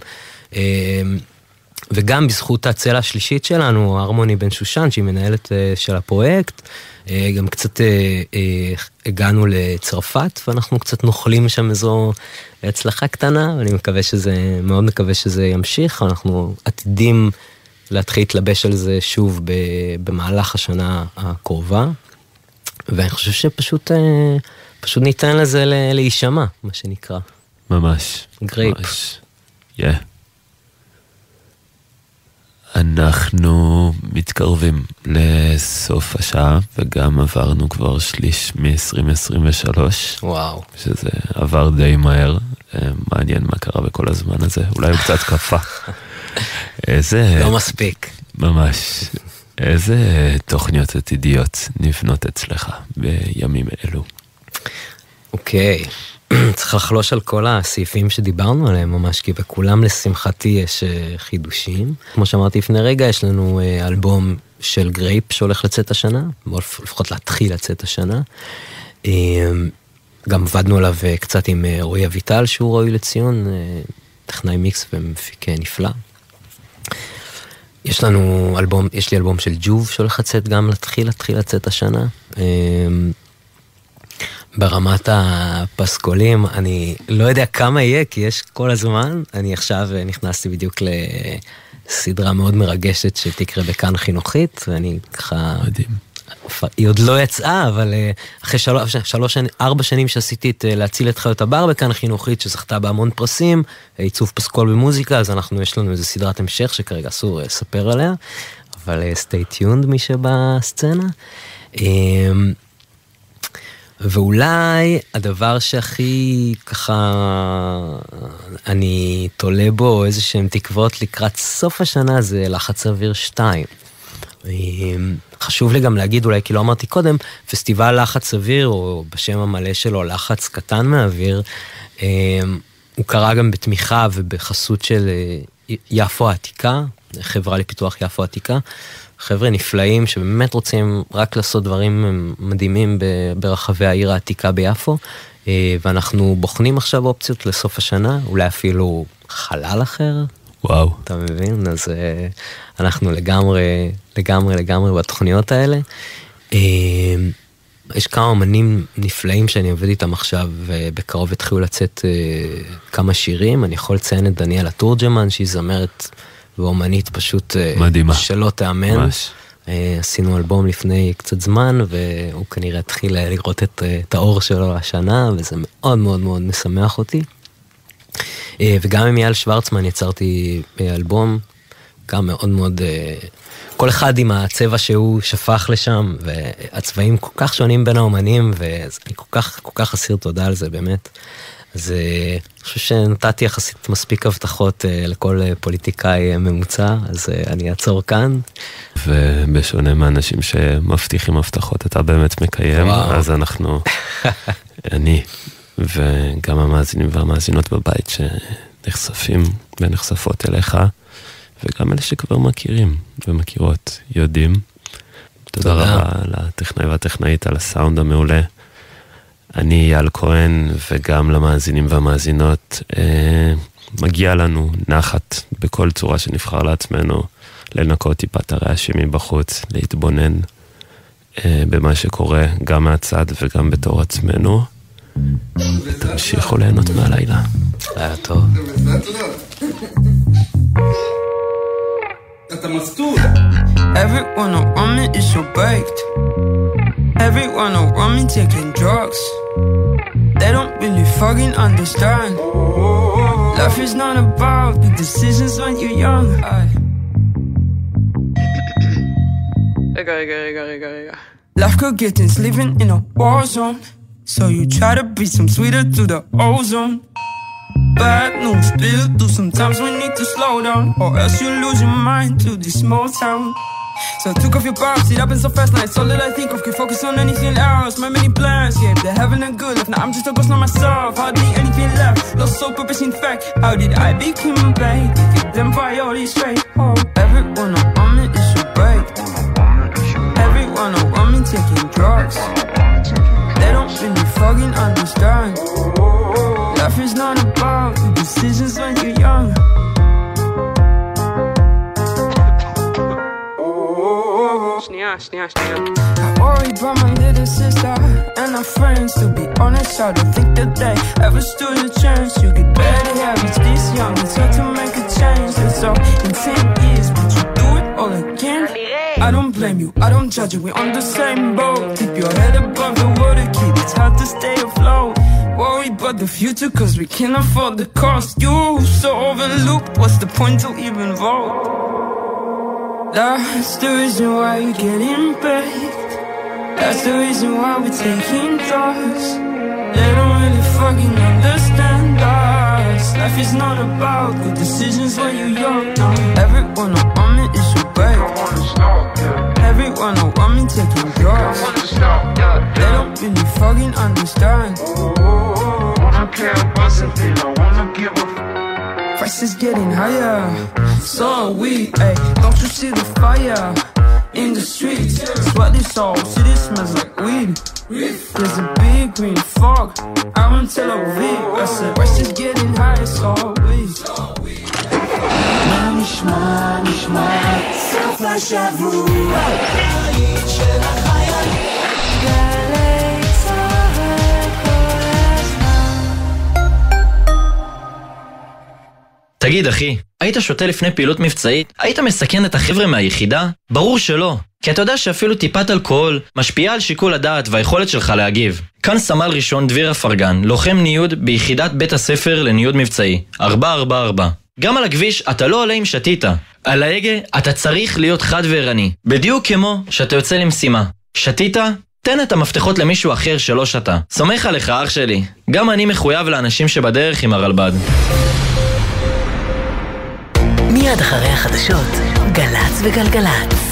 וגם בזכות הצלע השלישית שלנו, הרמוני בן שושן, שהיא מנהלת של הפרויקט, גם קצת הגענו לצרפת, ואנחנו קצת נוכלים שם איזו הצלחה קטנה, ואני מאוד מקווה שזה ימשיך, אנחנו עתידים להתחיל להתלבש על זה שוב במהלך השנה הקרובה, ואני חושב שפשוט ניתן לזה להישמע, מה שנקרא. ממש. גרייפ. אנחנו מתקרבים לסוף השעה, וגם עברנו כבר שליש מ-2023. וואו. שזה עבר די מהר. מעניין מה קרה בכל הזמן הזה. אולי הוא קצת קפה. לא מספיק. ממש. איזה תוכניות עתידיות נבנות אצלך בימים אלו? אוקיי. צריך לחלוש על כל הסעיפים שדיברנו עליהם ממש, כי בכולם לשמחתי יש חידושים. כמו שאמרתי לפני רגע, יש לנו אלבום של גרייפ שהולך לצאת השנה, לפחות להתחיל לצאת השנה. גם עבדנו עליו קצת עם רועי אביטל, שהוא ראוי לציון, טכנאי מיקס ומפיק נפלא. יש לי אלבום של ג'וב שהולך לצאת גם להתחיל לצאת השנה. ברמת הפסקולים, אני לא יודע כמה יהיה, כי יש כל הזמן. אני עכשיו נכנסתי בדיוק לסדרה מאוד מרגשת שתקרה בכאן חינוכית, ואני ככה... מדהים. היא עוד לא יצאה, אבל אחרי 4 שנים שעשיתי את להציל את חיות הבר בכאן חינוכית, שזכתה בהמון פרסים, עיצוב פסקול במוזיקה, אז יש לנו איזו סדרת המשך שכרגע אסור לספר עליה, אבל stay tuned מי שבסצנה. ואולי הדבר שהכי ככה אני תולה בו איזה שהם תקוות לקראת סוף השנה זה לחץ אוויר 2. חשוב לי גם להגיד, אולי כי לא אמרתי קודם, פסטיבל לחץ אוויר, או בשם המלא שלו, לחץ קטן מהאוויר, הוא קרה גם בתמיכה ובחסות של יפו העתיקה, חברה לפיתוח יפו העתיקה, חבר'ה נפלאים שבאמת רוצים רק לעשות דברים מדהימים ברחבי העיר העתיקה ביפו, ואנחנו בוחנים עכשיו אופציות לסוף השנה, אולי אפילו חלל אחר. וואו. אתה מבין? אז אנחנו לגמרי בתוכניות האלה. יש כמה אמנים נפלאים שאני עובד איתם עכשיו, ובקרוב התחילו לצאת כמה שירים. אני יכול לציין את דניאלה תורג'מן, שהיא זמרת ואומנית פשוט מדהימה. שלא תאמן. ממש. עשינו אלבום לפני קצת זמן, והוא כנראה התחיל לראות את האור שלו השנה, וזה מאוד מאוד מאוד משמח אותי. וגם עם יעל שוורצמן יצרתי אלבום, גם מאוד מאוד, כל אחד עם הצבע שהוא שפך לשם, והצבעים כל כך שונים בין האומנים, ואני כל כך אסיר תודה על זה באמת. אז אני חושב שנתתי יחסית מספיק הבטחות לכל פוליטיקאי ממוצע, אז אני אעצור כאן. ובשונה מאנשים שמבטיחים הבטחות, אתה באמת מקיים, וואו. אז אנחנו, אני וגם המאזינים והמאזינות בבית שנחשפים ונחשפות אליך, וגם אלה שכבר מכירים ומכירות, יודעים. תודה רבה לטכנאי והטכנאית על הסאונד המעולה. אני אייל כהן, וגם למאזינים והמאזינות, מגיע לנו נחת בכל צורה שנבחר לעצמנו, לנקות טיפה את הרעשים מבחוץ, להתבונן במה שקורה גם מהצד וגם בתור עצמנו, ותמשיכו ליהנות מהלילה. לילה טוב. אתה מסטוד. Everyone around me is so baked. Everyone around me taking drugs. They don't really fucking understand. Life is not about the decisions when you're young. רגע. Life could get tense living in a war zone. So you try to be some sweeter to the ozone. Bad news, bill do sometimes we need to slow down, or else you lose your mind to this small town. So I took off your box, it happened so fast, now it's all that I think of. Can't focus on anything else, my many plans gave the heaven a good life. Now I'm just a ghost of myself, hardly anything left. Lost so purpose in fact, how did I become a bait? Keep them priorities straight. Oh, everyone around me is so break. Everyone around me taking drugs. They don't really fucking understand. Life is not about the decisions when you're young. I worry about my little sister and her friends. To be honest, I don't think that they ever stood a chance. You get better habits this young, it's hard to make a change. That's all in 10 years, but you do it all again. I don't blame you, I don't judge you, we're on the same boat. Keep your head above the water, kid, it's hard to stay afloat. Worry about the future, cause we can't afford the cost. You so overlooked, what's the point to even vote? That's the reason why you're getting baked. That's the reason why we're taking drugs. They don't really fucking understand us. Life is not about good decisions when you're young. No. Everyone around me is so bad. Everyone around me taking drugs. They don't really fucking understand. Wanna care about something, I wanna give a prices getting higher, so are we, ay. Don't you see the fire in the streets? Sweat this all, see this smells like weed. There's a big green fog out in Tel Aviv. I said prices getting higher, so are we. נשמע סוף השבוע היית של החיילים גלי צהל כל הזמן. תגיד אחי, היית שותה לפני פעילות מבצעית? היית מסכן את החבר'ה מהיחידה? ברור שלא, כי אתה יודע שאפילו טיפת אלכוהול משפיעה על שיקול הדעת והיכולת שלך להגיב. כאן סמל ראשון דביר אפרגן, לוחם ניוד ביחידת בית הספר לניוד מבצעי 444. גם על הכביש אתה לא עולה עם שתיתה. על ההגה אתה צריך להיות חד וערני, בדיוק כמו שאתה יוצא למשימה. שתיתה? תן את המפתחות למישהו אחר שלא שתה. סומך עליך אח שלי, גם אני מחויב לאנשים שבדרך עם הרלב"ד. מיד אחרי החדשות, גלץ וגלגלץ.